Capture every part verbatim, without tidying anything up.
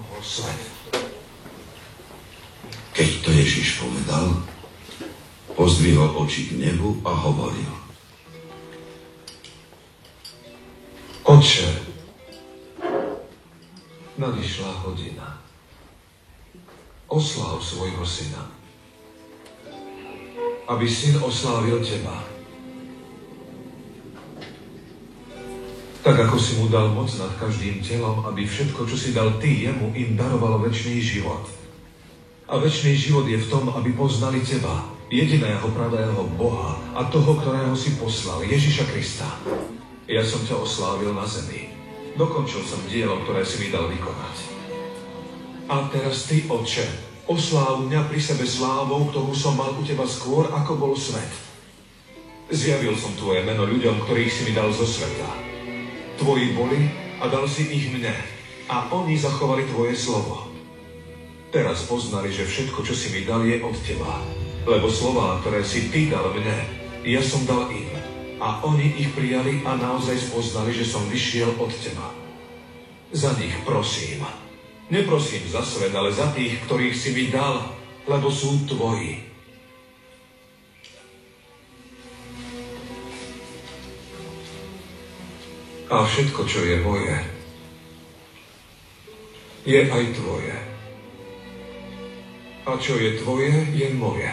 pomohol svet. Keď to Ježiš povedal, pozdvihol oči k nebu a hovoril: Otče, nadišla hodina. Osláv svojho syna, aby syn oslávil teba. Tak ako si mu dal moc nad každým telom, aby všetko, čo si dal ty jemu, im darovalo večný život. A večný život je v tom, aby poznali teba, jediného pravého Boha a toho, ktorého si poslal, Ježiša Krista. Ja som ťa oslávil na zemi. Dokončil som dielo, ktoré si mi dal vykonať. A teraz ty, Otče, osláv mňa pri sebe slávou, ktorú som mal u teba skôr, ako bol svet. Zjavil som tvoje meno ľuďom, ktorých si mi dal zo sveta. Tvoji boli a dal si ich mne, a oni zachovali tvoje slovo. Teraz poznali, že všetko, čo si mi dal, je od teba, lebo slová, ktoré si ty dal mne, ja som dal im, a oni ich prijali a naozaj spoznali, že som vyšiel od teba. Za nich prosím. Neprosím za svet, ale za tých, ktorých si mi dal, lebo sú tvoji. A všetko, čo je moje, je aj tvoje. A čo je tvoje, je moje.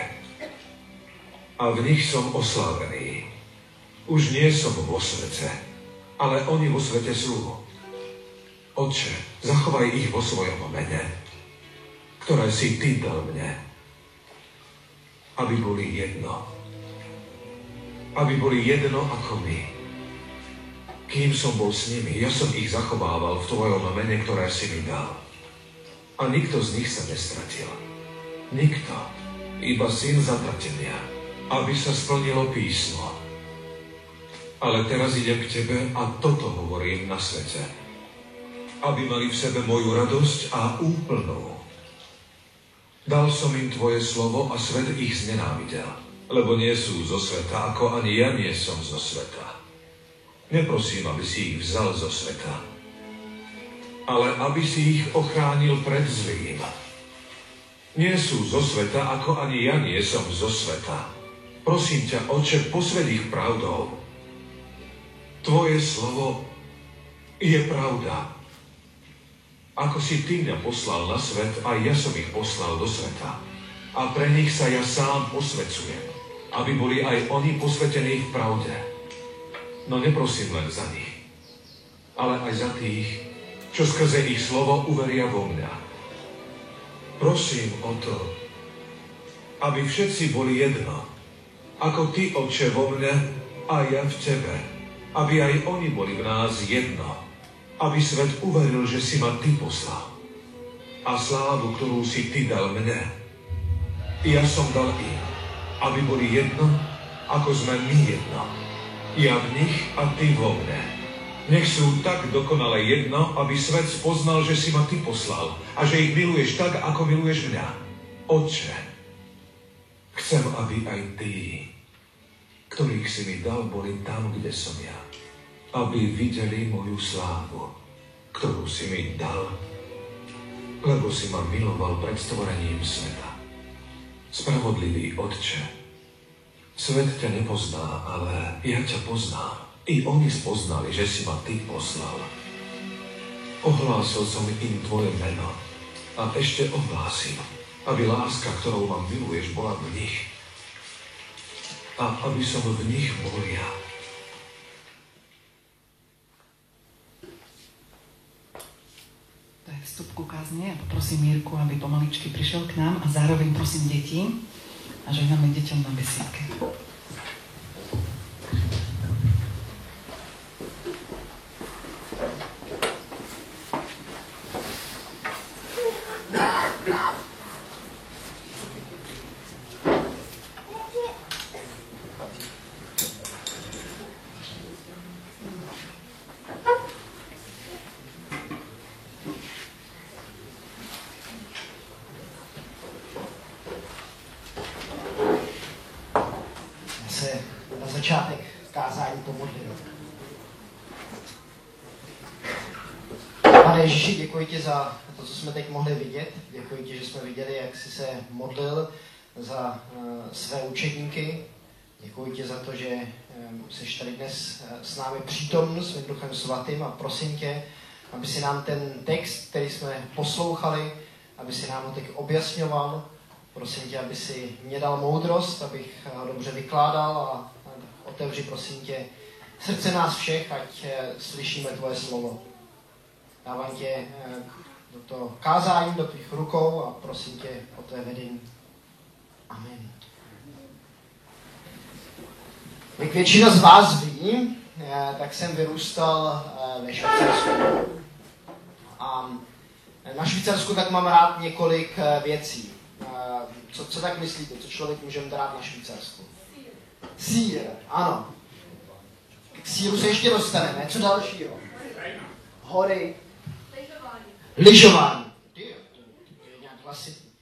A v nich som oslávený. Už nie som vo svete, ale oni vo svete sú. Otče, zachovaj ich vo svojom mene, ktoré si ty dal mne, aby boli jedno. Aby boli jedno ako my. Kým som bol s nimi, ja som ich zachovával v tvojom mene, ktoré si mi dal. A nikto z nich sa nestratil. Nikto, iba syn zatratenia, aby sa splnilo písmo. Ale teraz idem k tebe a toto hovorím na svete. Aby mali v sebe moju radosť a úplnú. Dal som im tvoje slovo a svet ich znenávidel, lebo nie sú zo sveta, ako ani ja nie som zo sveta. Neprosím, aby si ich vzal zo sveta, ale aby si ich ochránil pred zlým. Nie sú zo sveta, ako ani ja nie som zo sveta. Prosím ťa, Otče, posväť ich pravdou. Tvoje slovo je pravda. Ako si ty mňa poslal na svet, a ja som ich poslal do sveta. A pre nich sa ja sám posväcujem, aby boli aj oni posvetení v pravde. No neprosím len za nich, ale aj za tých, čo skrze ich slovo uveria vo mňa. Prosím o to, aby všetci boli jedno, ako ty, Otče, vo mne a ja v tebe, aby aj oni boli v nás jedno. Aby svet uveril, že si ma ty poslal. A slávu, ktorú si ty dal mne, ja som dal im, aby boli jedno, ako sme my jedno. Ja v nich a ty vo mne. Nech sú tak dokonale jedno, aby svet spoznal, že si ma ty poslal a že ich miluješ tak, ako miluješ mňa. Otče, chcem, aby aj tí, ktorých si mi dal, boli tam, kde som ja. Aby videli moju slávu, ktorú si mi dal, lebo si ma miloval pred stvorením sveta. Spravodlivý Otče, svet ťa nepozná, ale ja ťa poznám. I oni spoznali, že si ma ty poslal. Ohlásil som im tvoje meno a ešte ohlásim, aby láska, ktorou ma miluješ, bola v nich a aby som v nich bol ja. Vstup ku kázni a poprosím Mírku, aby pomaličky prišiel k nám a zároveň prosím detí a žehname deťom na besiedke. Ježíši, děkuji ti za to, co jsme teď mohli vidět. Děkuji ti, že jsme viděli, jak jsi se modlil za uh, své učedníky. Děkuji ti za to, že um, jsi tady dnes uh, s námi přítomný, svým Duchem Svatým, a prosím tě, aby si nám ten text, který jsme poslouchali, aby si nám ho teď objasňoval. Prosím tě, aby si mě dal moudrost, abych ho dobře vykládal, a otevři, prosím tě, srdce nás všech, ať uh, slyšíme tvoje slovo. Dávám tě uh, do toho kázání, do tvých rukou a prosím tě o tvé vedení. Amen. Jak většina z vás ví, tak jsem vyrůstal ve Švýcarsku. A na Švýcarsku tak mám rád několik věcí. Co, co tak myslíte? Co člověk může mít rád na Švýcarsku? Sýr, ano. K sýru se ještě dostaneme. Co dalšího? Hory. Lyžování. Lyžování. Ty, to je nějak hlasitý.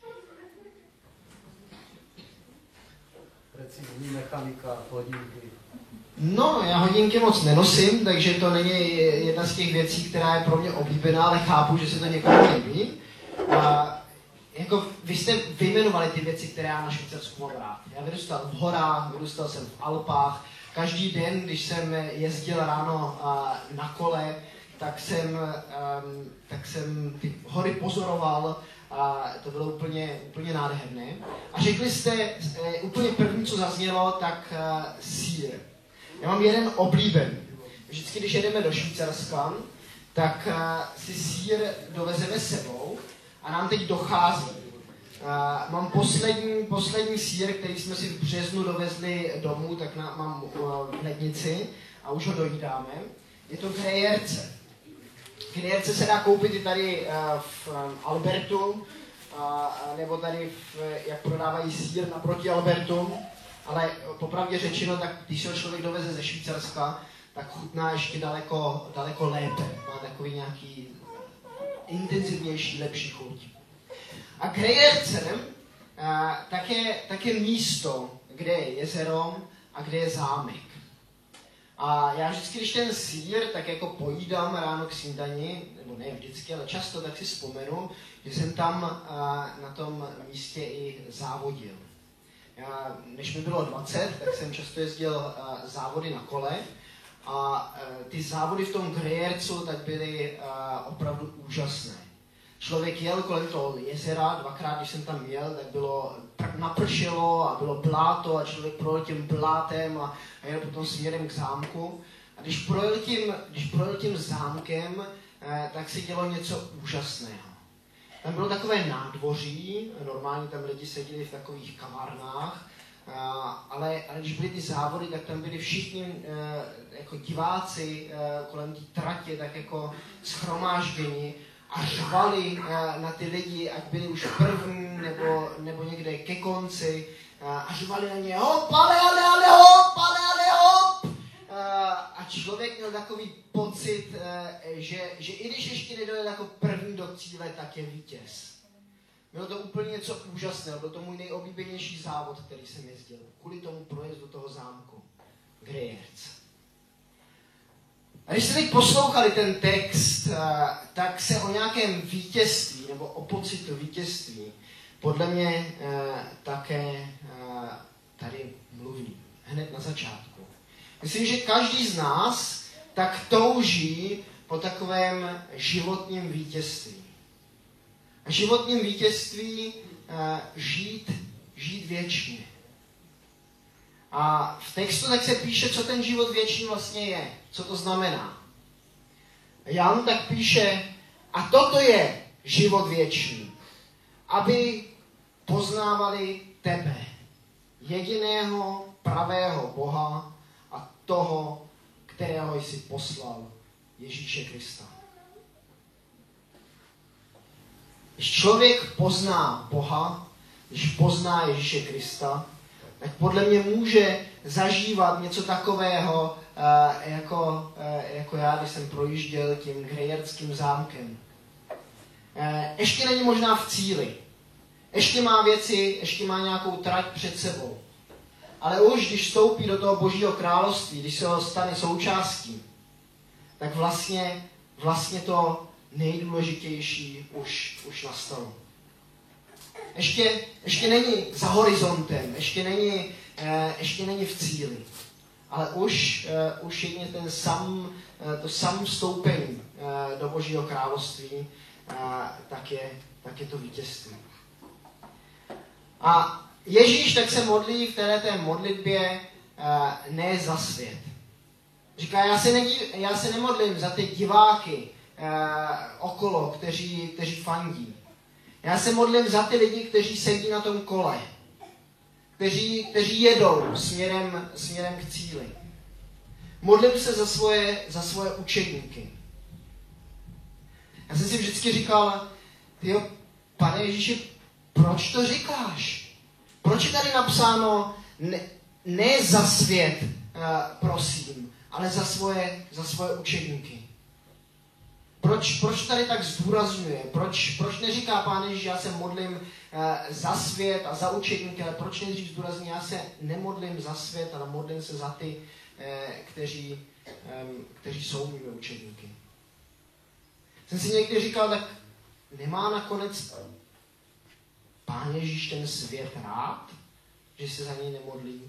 Precizní mechanika, hodinky. No, já hodinky moc nenosím, takže to není jedna z těch věcí, která je pro mě oblíbená, ale chápu, že se to někomu líbí. A jako vy jste vyjmenovali ty věci, které já na Švýcarsku mám rád. Já vyrůstal v horách, vyrůstal jsem v Alpách. Každý den, když jsem jezdil ráno na kole, tak jsem, tak jsem ty hory pozoroval. A to bylo úplně, úplně nádherné. A řekli jste, úplně první, co zaznělo, tak sýr. Já mám jeden oblíbený. Vždycky, když jedeme do Švýcarska, tak si sýr dovezeme sebou a nám teď dochází. Mám poslední, poslední sýr, který jsme si v březnu dovezli domů, tak na, mám v lednici a už ho dojídáme. Je to Gruyérce. Gruyérce se dá koupit i tady v Albertu, nebo tady, v, jak prodávají sýr naproti Albertu. Ale popravdě řečeno, tak když se ho člověk doveze ze Švýcarska, tak chutná ještě daleko, daleko lépe. Má takový nějaký intenzivnější, lepší chuť. A Gruyérce tak je, tak je místo, kde je jezero a kde je zámek. A já vždycky, když ten sýr tak jako pojídám ráno k snídani, nebo ne vždycky, ale často, tak si vzpomenu, že jsem tam na tom místě i závodil. Já, než mi bylo dvacet, tak jsem často jezdil uh, závody na kole a uh, ty závody v tom Gruyércu tak byly uh, opravdu úžasné. Člověk jel kolem toho jezera, dvakrát, když jsem tam jel, tak bylo napršelo a bylo bláto a člověk projel tím blátem a, a jel potom směrem k zámku. A když projel tím, když projel tím zámkem, uh, tak se dělo něco úžasného. Tam bylo takové nádvoří, normálně tam lidi seděli v takových kavárnách, ale, ale když byly ty závody, tak tam byli všichni jako diváci kolem té tratě, tak jako shromážděni a řvali na ty lidi, ať byli už první nebo, nebo někde ke konci, a řvali na ně hop, ale, ale, ale, hop, ale, ale, hop. A člověk měl takový pocit, že, že i když ještě nedojel jako první do cíle, tak je vítěz. Bylo to úplně něco úžasného, byl to můj nejoblíbenější závod, který jsem jezdil. Kvůli tomu projezdu toho zámku. Gruyérce. A když jste teď poslouchali ten text, tak se o nějakém vítězství, nebo o pocitu vítězství, podle mě také tady mluví. Hned na začátku. Myslím, že každý z nás tak touží po takovém životním vítězství. A životním vítězství uh, žít, žít věčně. A v textu tak se píše, co ten život věčný vlastně je. Co to znamená. Jan tak píše, a toto je život věčný. Aby poznávali tebe, jediného pravého Boha, a toho, kterého jsi poslal, Ježíše Krista. Když člověk pozná Boha, když pozná Ježíše Krista, tak podle mě může zažívat něco takového, jako, jako já, když jsem projížděl tím Gruyérským zámkem. Ještě není možná v cíli. Ještě má věci, ještě má nějakou trať před sebou. Ale už, když vstoupí do toho Božího království, když se ho stane součástí, tak vlastně, vlastně to nejdůležitější už, už nastalo. Ještě, ještě není za horizontem, ještě není, eh, ještě není v cíli, ale už, eh, už jedině ten sam, eh, to sam vstoupení eh, do Božího království, eh, tak, je, tak je to vítězství. A Ježíš tak se modlí v této modlitbě uh, ne za svět. Říká, já se, nedí, já se nemodlím za ty diváky uh, okolo, kteří, kteří fandí. Já se modlím za ty lidi, kteří sedí na tom kole. Kteří, kteří jedou směrem, směrem k cíli. Modlím se za svoje, za svoje učedníky. Já jsem si vždycky říkal, tyjo, Pane Ježíši, proč to říkáš? Proč je tady napsáno ne, ne za svět, uh, prosím, ale za svoje, za svoje učedníky? Proč, proč tady tak zdůrazňuje? Proč, proč neříká Pán Ježíš, já se modlím uh, za svět a za učedníky, ale proč nejdřív zdůrazňuje, já se nemodlím za svět, ale modlím se za ty, uh, kteří, um, kteří jsou mými učedníky? Jsem si někdy říkal, tak nemá nakonec Pán Ježíš ten svět rád, že se za něj nemodlí.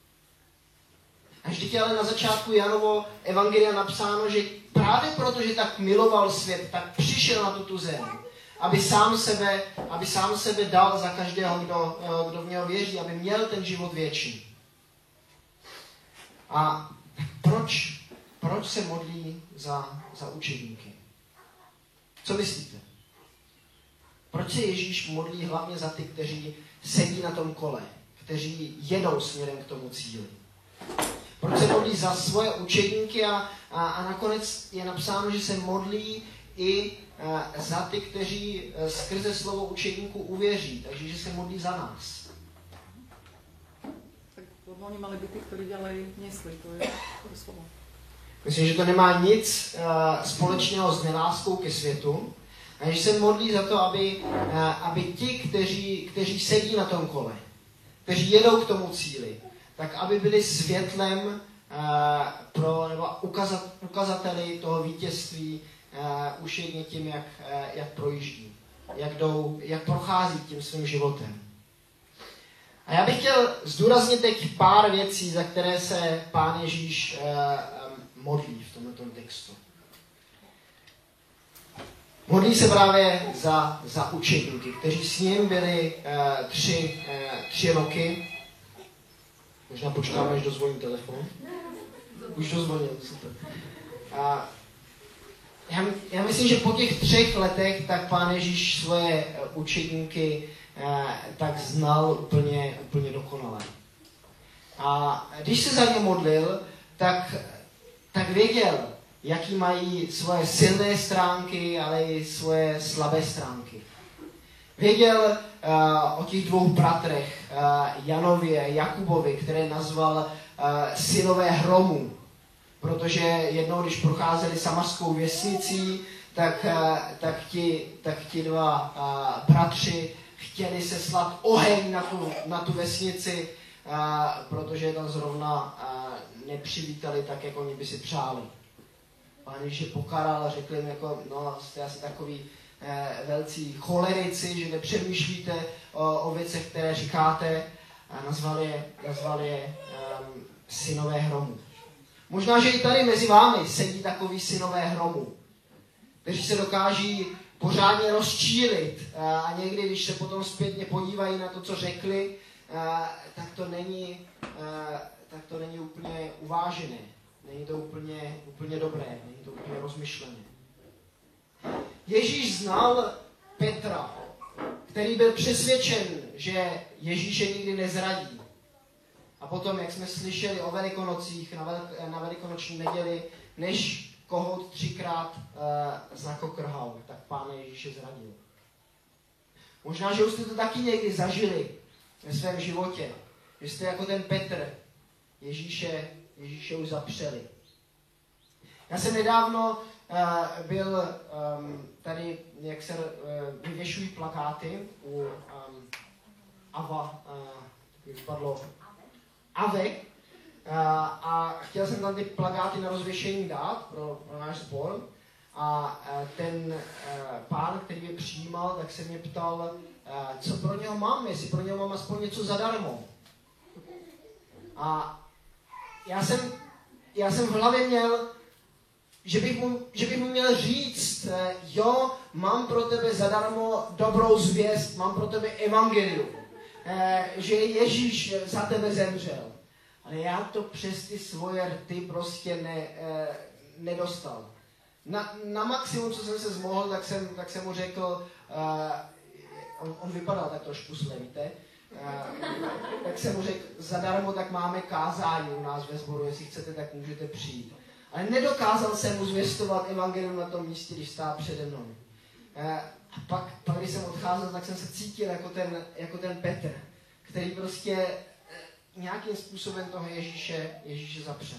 A vždyť je ale na začátku Janovo evangelia napsáno, že právě proto, že tak miloval svět, tak přišel na tuto zem, aby sám sebe, aby sám sebe dal za každého, kdo, kdo v něho věří, aby měl ten život věčný. A proč, proč se modlí za, za učedníky? Co myslíte? Proč se Ježíš modlí hlavně za ty, kteří sedí na tom kole, kteří jedou směrem k tomu cíli? Proč se modlí za svoje učedníky a, a, a nakonec je napsáno, že se modlí i a, za ty, kteří a, skrze slovo učedníků uvěří, takže že se modlí za nás. Tak oni mali by ty, kteří ďalej nesli, to je to slovo. Myslím, že to nemá nic a, společného s neláskou ke světu. A že se modlí za to, aby, aby ti, kteří, kteří sedí na tom kole, kteří jedou k tomu cíli, tak aby byli světlem pro, nebo ukazat, ukazateli toho vítězství už jedně tím, jak, jak projíždí, jak, jdou, jak prochází tím svým životem. A já bych chtěl zdůraznit teď pár věcí, za které se Pán Ježíš modlí v tomto textu. Modlí se právě za, za učedníky, kteří s ním byli uh, tři, uh, tři roky. Možná počkáme, až dozvoní telefon. Už dozvonil, super. Uh, já, já myslím, že po těch třech letech tak Pán Ježíš svoje učedníky uh, tak znal úplně, úplně dokonale. A když se za ně modlil, tak, tak věděl, jaký mají svoje silné stránky, ale i svoje slabé stránky. Věděl uh, o těch dvou bratrech, uh, Janově, Jakubovi, které nazval uh, synové hromu, protože jednou, když procházeli samarskou vesnicí, tak, uh, tak, ti, tak ti dva uh, bratři chtěli se slat oheň na tu, na tu vesnici, uh, protože tam zrovna uh, nepřivítali tak, jak oni by si přáli. Pán Ježíš je pokaral a řekl jim, jako, no, jste asi takový eh, velcí cholerici, že nepřemýšlíte o, o věcech, které říkáte, a nazval je, nazval je um, synové hromu. Možná, že i tady mezi vámi sedí takový synové hromu, kteří se dokáží pořádně rozčílit a, a někdy, když se potom zpětně podívají na to, co řekli, a, tak to není, a, tak to není úplně uvážené. Není to úplně, úplně dobré, není to úplně rozmyšlené. Ježíš znal Petra, který byl přesvědčen, že Ježíše nikdy nezradí. A potom, jak jsme slyšeli o Velikonocích, na, velik, na Velikonoční neděli, než kohout třikrát uh, zakokrhal, tak Pána Ježíše zradil. Možná, že už jste to taky někdy zažili ve svém životě, že jste jako ten Petr Ježíše Ježíše už zapřeli. Já jsem nedávno uh, byl um, tady, jak se uh, vyvěšují plakáty u um, Ava, uh, vypadlo Ave, uh, a chtěl jsem tam ty plakáty na rozvěšení dát pro, pro náš sbor A ten pán, který mě přijímal, tak se mě ptal, co pro něho mám, jestli pro něho mám aspoň něco zadarmo. A já jsem, já jsem v hlavě měl, že bych mu, že bych mu měl říct, jo, mám pro tebe zadarmo dobrou zvěst, mám pro tebe evangelium, že Ježíš za tebe zemřel. Ale já to přes ty svoje rty prostě ne, nedostal. Na, na maximum, co jsem se zmohl, tak jsem, tak jsem mu řekl, uh, on, on vypadal tak trošku zle, víte? Uh, tak jsem mu řekl, zadarmo tak máme kázání u nás ve sboru, jestli chcete, tak můžete přijít. Ale nedokázal jsem mu zvěstovat evangelium na tom místě, když stál přede mnou. Uh, a pak, pak, když jsem odcházel, tak jsem se cítil jako ten, jako ten Petr, který prostě uh, nějakým způsobem toho Ježíše, Ježíše zapřel.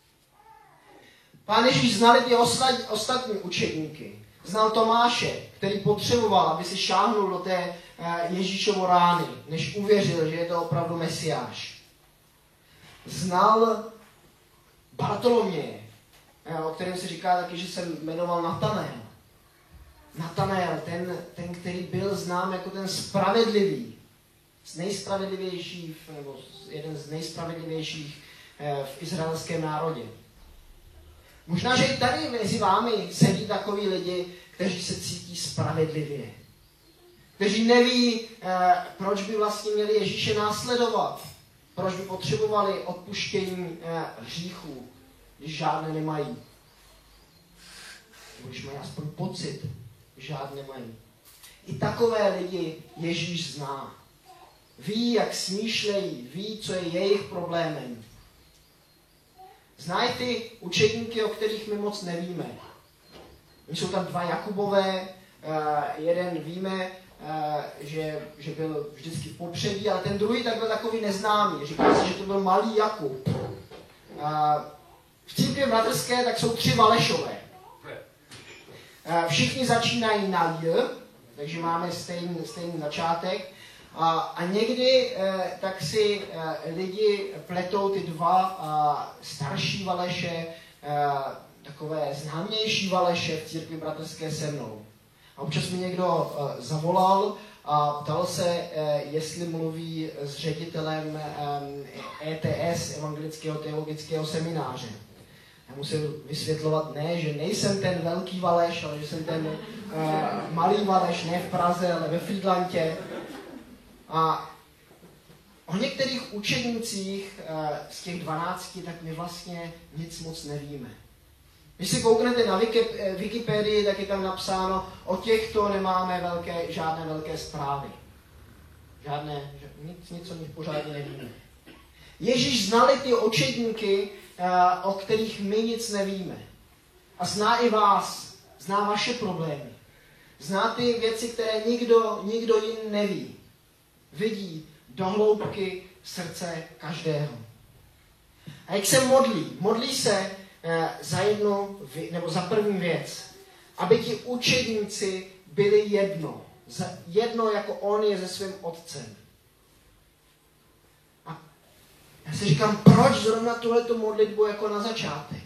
Pán Ježíš znal ty ostatní učedníky. Znal Tomáše, který potřeboval, aby si šáhnul do té Ježíšovo rány, než uvěřil, že je to opravdu Mesiáš. Znal Bartoloměje, o kterém se říká taky, že se jmenoval Natanael. Natanael, ten, ten, který byl znám jako ten spravedlivý, z nejspravedlivějších, nebo jeden z nejspravedlivějších v izraelském národě. Možná, že i tady mezi vámi sedí takoví lidi, kteří se cítí spravedlivě. Kteří neví, eh, proč by vlastně měli Ježíše následovat. Proč by potřebovali odpuštění eh, hříchů, když žádné nemají. Když mají aspoň pocit, že žádné nemají. I takové lidi Ježíš zná. Ví, jak smýšlejí, ví, co je jejich problémem. Znají ty učedníky, o kterých my moc nevíme. Jsou tam dva Jakubové, uh, jeden víme, uh, že, že byl vždycky v popředí, ale ten druhý tak byl takový neznámý. Říká se, že to byl malý Jakub. Uh, v církvi bratrské tak jsou tři Valešové. Uh, všichni začínají na J, takže máme stejný, stejný začátek. A, a někdy eh, tak si eh, lidi pletou ty dva eh, starší Valeše, eh, takové známější Valeše v církvi bratrské se mnou. A občas mi někdo eh, zavolal a ptal se, eh, jestli mluví s ředitelem eh, E T S, Evangelického teologického semináře. Já musím vysvětlovat, ne, že nejsem ten velký Valeš, ale že jsem ten eh, malý Valeš, ne v Praze, ale ve Frýdlantě. A o některých učednících z těch dvanácti, tak my vlastně nic moc nevíme. Když si kouknete na Wikipedii, tak je tam napsáno, o těchto nemáme velké, žádné velké zprávy. Žádné, nic, nic o nich pořádně nevíme. Ježíš znali ty učedníky, o kterých my nic nevíme. A zná i vás, zná vaše problémy. Zná ty věci, které nikdo, nikdo jiný neví. Vidí do hloubky srdce každého. A jak se modlí? Modlí se eh, za jednu, nebo za první věc, aby ti učedníci byli jedno. Za jedno, jako on je se svým otcem. A já si říkám, proč zrovna tuhletu modlitbu jako na začátek?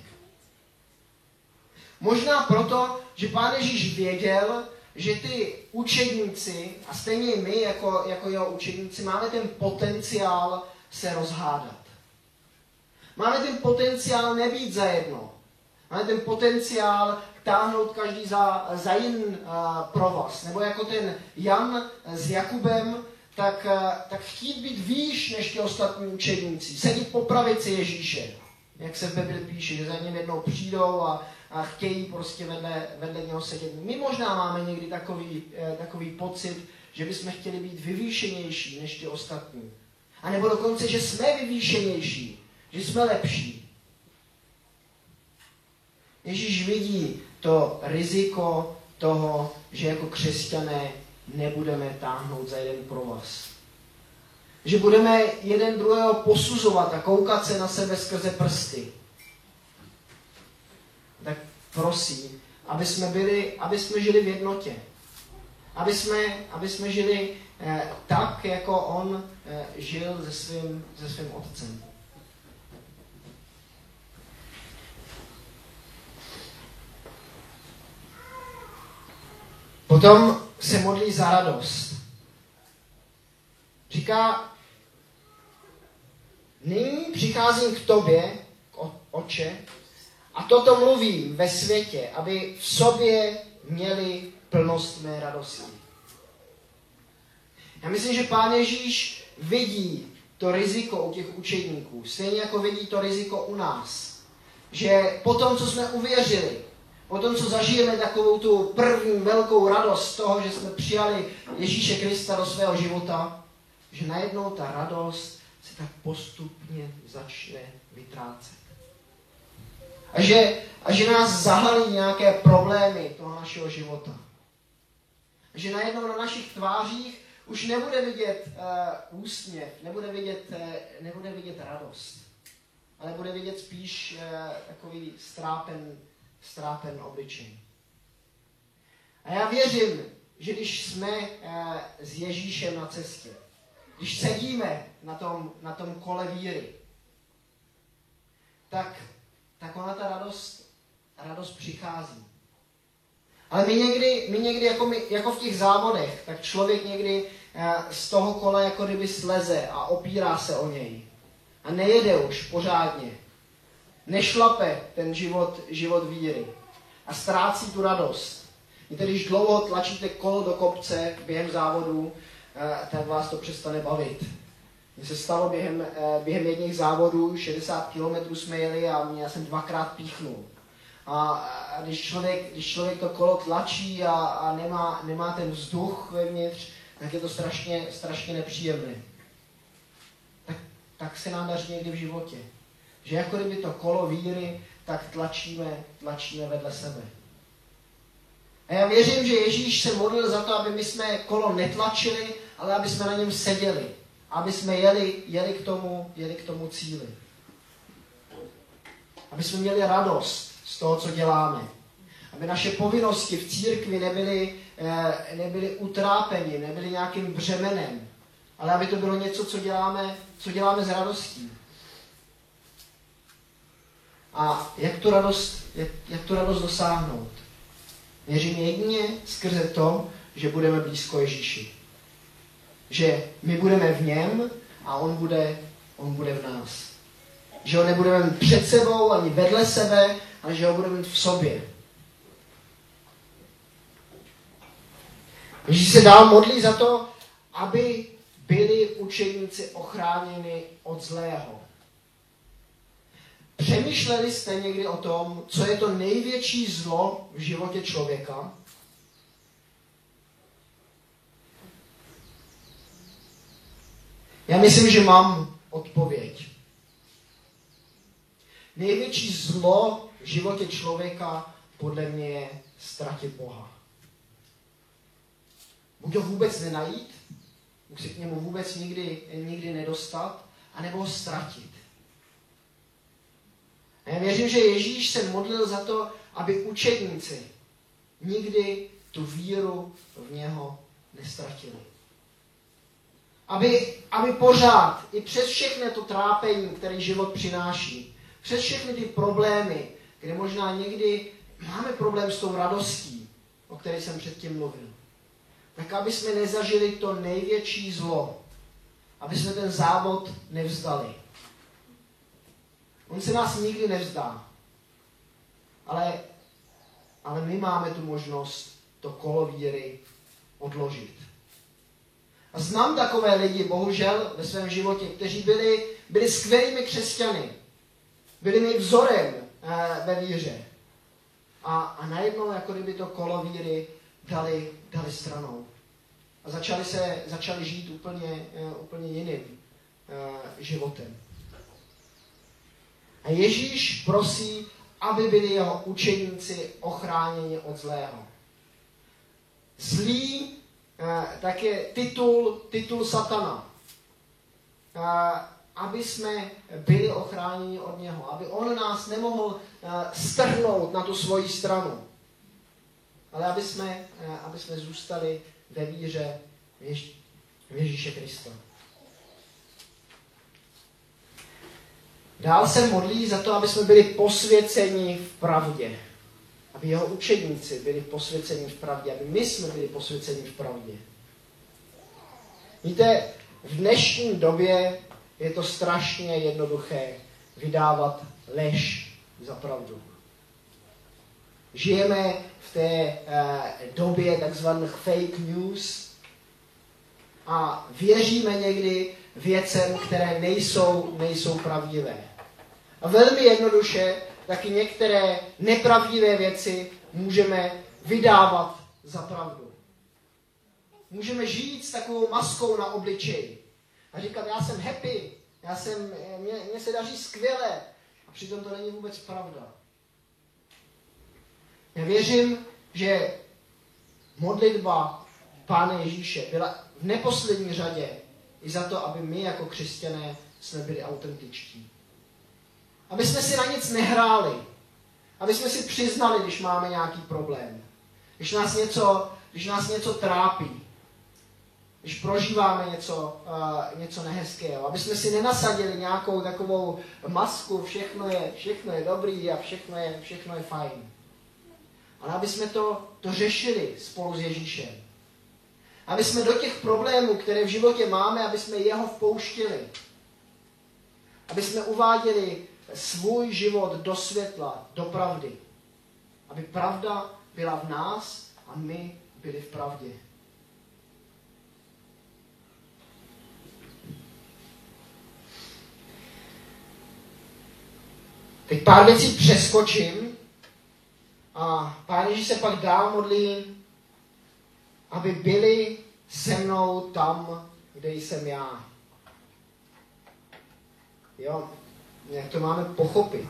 Možná proto, že Pán Ježíš věděl, že ty učedníci, a stejně my jako, jako jeho učedníci, máme ten potenciál se rozhádat. Máme ten potenciál nebýt zajedno. Máme ten potenciál táhnout každý za, za jiný uh, provaz. Nebo jako ten Jan s Jakubem, tak, uh, tak chtít být výš než ty ostatní učedníci. Sedět po pravici Ježíše. Jak se v Bibli píše, že za ním jednou přijdou a a chtějí prostě vedle, vedle něho sedět. My možná máme někdy takový, eh, takový pocit, že bychom chtěli být vyvýšenější než ty ostatní. A nebo dokonce, že jsme vyvýšenější, že jsme lepší. Ježíš vidí to riziko toho, že jako křesťané nebudeme táhnout za jeden provaz. Že budeme jeden druhého posuzovat a koukat se na sebe skrze prsty. Tak prosím, aby jsme, byli, aby jsme žili v jednotě. Aby jsme, aby jsme žili eh, tak, jako on eh, žil se svým, se svým otcem. Potom se modlí za radost. Říká, nyní přicházím k tobě, Otče, a toto mluvím ve světě, aby v sobě měli plnost mé radosti. Já myslím, že Pán Ježíš vidí to riziko u těch učedníků, stejně jako vidí to riziko u nás. Že po tom, co jsme uvěřili, po tom, co zažijeme takovou tu první velkou radost z toho, že jsme přijali Ježíše Krista do svého života, že najednou ta radost se tak postupně začne vytrácet. A že, a že nás zahalí nějaké problémy toho našeho života. A že najednou na našich tvářích už nebude vidět uh, úsměv, nebude vidět, uh, nebude vidět radost, ale bude vidět spíš uh, takový strápen, strápen obličej. A já věřím, že když jsme uh, s Ježíšem na cestě, když sedíme na tom, na tom kole víry, tak, tak ona ta radost, radost přichází. Ale my někdy, my někdy jako, my, jako v těch závodech, tak člověk někdy eh, z toho kola jako kdyby sleze a opírá se o něj. A nejede už pořádně. Nešlape ten život, život víry. A ztrácí tu radost. Víte, když dlouho tlačíte kolo do kopce během závodů, eh, tak vás to přestane bavit. Mně se stalo během, eh, během jedných závodů, šedesát kilometrů jsme jeli a mě, já jsem dvakrát píchnul. A, a když, člověk, když člověk to kolo tlačí a, a nemá, nemá ten vzduch vevnitř, tak je to strašně, strašně nepříjemné. Tak, tak se nám daří někdy v životě. Že jako kdyby to kolo víry, tak tlačíme, tlačíme vedle sebe. A já věřím, že Ježíš se modlil za to, aby my jsme kolo netlačili, ale aby jsme na něm seděli. Aby jsme jeli, jeli, k, tomu, jeli k tomu cíli. Aby jsme měli radost z toho, co děláme. Aby naše povinnosti v církvi nebyly, eh, nebyly utrápeni, nebyly nějakým břemenem, ale aby to bylo něco, co děláme, co děláme s radostí. A jak tu radost, jak, jak tu radost dosáhnout? Věřím jedině skrze to, že budeme blízko Ježíši. Že my budeme v něm a on bude, on bude v nás. Že ho nebudeme mít před sebou ani vedle sebe, ale že ho budeme mít v sobě. Ježíš se dál modlí za to, aby byli učeníci ochráněni od zlého. Přemýšleli jste někdy o tom, co je to největší zlo v životě člověka? Já myslím, že mám odpověď. Největší zlo v životě člověka podle mě je ztratit Boha. Buď ho vůbec nenajít, buď se k němu vůbec nikdy, nikdy nedostat, anebo ho ztratit. A já věřím, že Ježíš se modlil za to, aby učedníci nikdy tu víru v něho nestratili. Aby, aby pořád, i přes všechno to trápení, které život přináší, přes všechny ty problémy, kde možná někdy máme problém s tou radostí, o které jsem předtím mluvil, tak aby jsme nezažili to největší zlo, aby jsme ten závod nevzdali. On se nás nikdy nevzdá, ale, ale my máme tu možnost to kolo víry odložit. A znám takové lidi, bohužel, ve svém životě, kteří byli, byli skvělými křesťany. Byli mi vzorem eh, ve víře. A, a najednou, jako kdyby to kolo víry dali, dali stranou. A začali, se, začali žít úplně, eh, úplně jiným eh, životem. A Ježíš prosí, aby byli jeho učeníci ochráněni od zlého. Zlý tak je titul, titul satana. Aby jsme byli ochráněni od něho. Aby on nás nemohl strhnout na tu svoji stranu. Ale aby jsme, aby jsme zůstali ve víře v Ježíše Krista. Dál se modlí za to, aby jsme byli posvěceni v pravdě. aby jeho učedníci byli posvěceni v pravdě, aby my jsme byli posvěceni v pravdě. Víte, v dnešní době je to strašně jednoduché vydávat lež za pravdu. Žijeme v té uh, době takzvaných fake news a věříme někdy věcem, které nejsou, nejsou pravdivé. A velmi jednoduše taky některé nepravdivé věci můžeme vydávat za pravdu. Můžeme žít s takovou maskou na obličeji a říkat, já jsem happy, já jsem, mě, mě se daří skvěle, a přitom to není vůbec pravda. Já věřím, že modlitba Pána Ježíše byla v neposlední řadě i za to, aby my jako křesťané jsme byli autentičtí. Aby jsme si na nic nehráli. Aby jsme si přiznali, když máme nějaký problém. Když nás něco, když nás něco trápí. Když prožíváme něco, uh, něco nehezkého. Aby jsme si nenasadili nějakou takovou masku, všechno je, všechno je dobrý a všechno je, všechno je fajn. Ale aby jsme to, to řešili spolu s Ježíšem. Aby jsme do těch problémů, které v životě máme, aby jsme jeho vpouštili. Aby jsme uváděli svůj život do světla, do pravdy. Aby pravda byla v nás a my byli v pravdě. Teď pár věcí přeskočím a Pán Ježíš se pak dál modlí, aby byli se mnou tam, kde jsem já. Jo, jak to máme pochopit?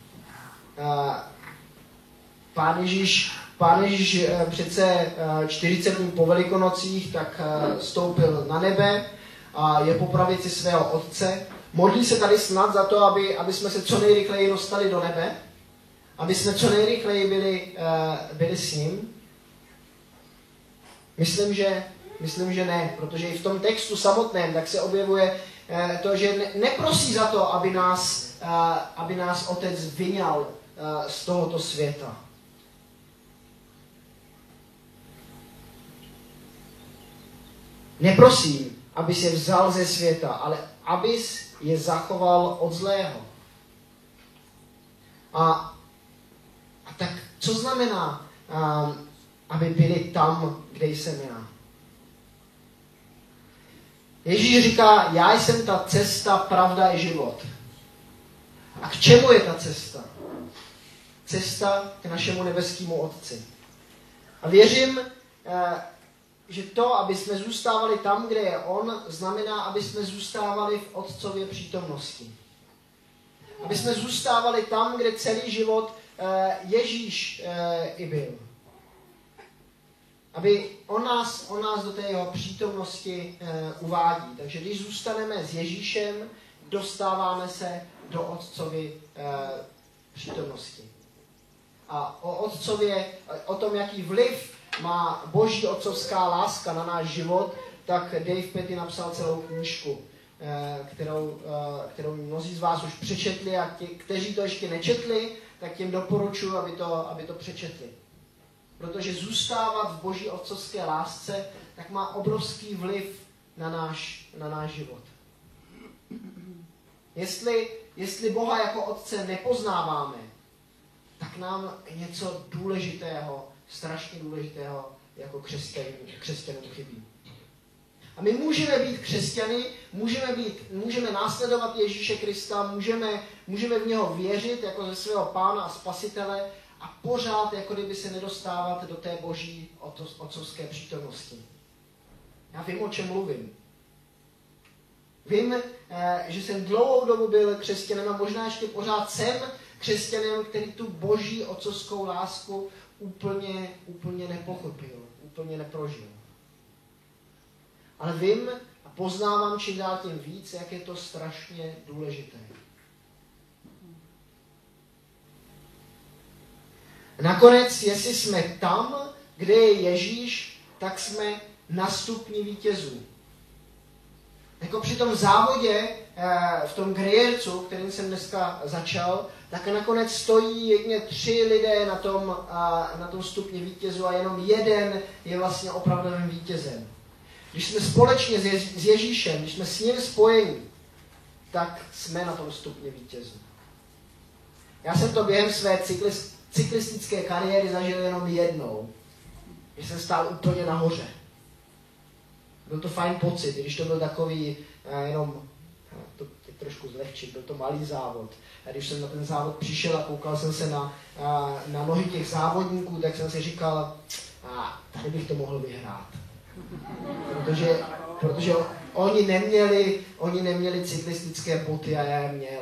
Pán Ježíš, Pán Ježíš přece čtyřicet dní po Velikonocích tak stoupil na nebe a je po pravici svého Otce. Modlí se tady snad za to, aby, aby jsme se co nejrychleji dostali do nebe, aby jsme co nejrychleji byli, byli s ním. Myslím, že, myslím, že ne, protože i v tom textu samotném tak se objevuje to, že ne, neprosí za to, aby nás, aby nás Otec vyňal z tohoto světa. Neprosím, aby se vzal ze světa, ale abys je zachoval od zlého. A, a tak co znamená, um, aby byli tam, kde jsem já? Ježíš říká, já jsem ta cesta, pravda i život. A k čemu je ta cesta? Cesta k našemu nebeskému Otci. A věřím, že to, aby jsme zůstávali tam, kde je On, znamená, aby jsme zůstávali v Otcově přítomnosti. Aby jsme zůstávali tam, kde celý život Ježíš i byl. Aby on nás, on nás do té jeho přítomnosti e, uvádí. Takže když zůstaneme s Ježíšem, dostáváme se do Otcovy e, přítomnosti. A o Otcově, o tom, jaký vliv má Boží otcovská láska na náš život, tak Dave Petty napsal celou knížku, e, kterou, e, kterou mnozí z vás už přečetli a ti, kteří to ještě nečetli, tak těm doporučuji, aby to, aby to přečetli. Protože zůstávat v Boží otcovské lásce, tak má obrovský vliv na náš, na náš život. Jestli, jestli Boha jako Otce nepoznáváme, tak nám něco důležitého, strašně důležitého jako křesťanům chybí. A my můžeme být křesťany, můžeme, být, můžeme následovat Ježíše Krista, můžeme, můžeme v něho věřit jako ze svého Pána a Spasitele, a pořád, jako kdyby se nedostávat do té Boží otcovské přítomnosti. Já vím, o čem mluvím. Vím, že jsem dlouhou dobu byl křesťanem a možná ještě pořád jsem křesťanem, který tu Boží otcovskou lásku úplně, úplně nepochopil, úplně neprožil. Ale vím a poznávám čím dál tím víc, jak je to strašně důležité. Nakonec, jestli jsme tam, kde je Ježíš, tak jsme na stupni vítězů. Jako při tom závodě, v tom Greyercu, kterým jsem dneska začal, tak nakonec stojí jedně tři lidé na tom, a, na tom stupni vítězů a jenom jeden je vlastně opravdovým vítězem. Když jsme společně s, Jež- s Ježíšem, když jsme s ním spojeni, tak jsme na tom stupni vítězů. Já jsem to během své cyklis, cyklistické kariéry zažil jenom jednou, když jsem stál úplně nahoře. Byl to fajn pocit, když to byl takový jenom, to teď trošku zlehčit, byl to malý závod. A když jsem na ten závod přišel a koukal jsem se na, na nohy těch závodníků, tak jsem si říkal, a tady bych to mohl vyhrát. Protože, protože oni neměli, oni neměli cyklistické boty a já je měl.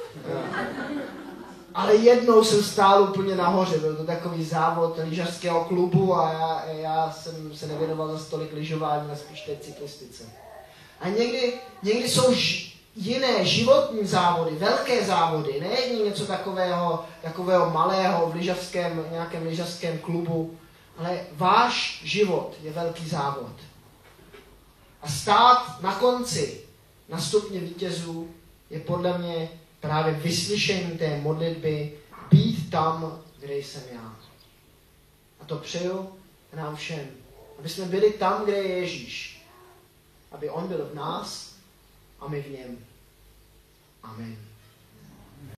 Ale jednou jsem stál úplně nahoře, byl to takový závod lyžařského klubu a já, já jsem se nevěnoval za tolik lyžování, ale spíš té cyklistice. A někdy, někdy jsou ž, jiné životní závody, velké závody, ne něco takového, takového malého v lyžařském, nějakém lyžařském klubu, ale váš život je velký závod. A stát na konci, na stupni vítězů, je podle mě právě vyslyšení té modlitby, být tam, kde jsem já. A to přeju nám všem, aby jsme byli tam, kde je Ježíš. Aby on byl v nás a my v něm. Amen.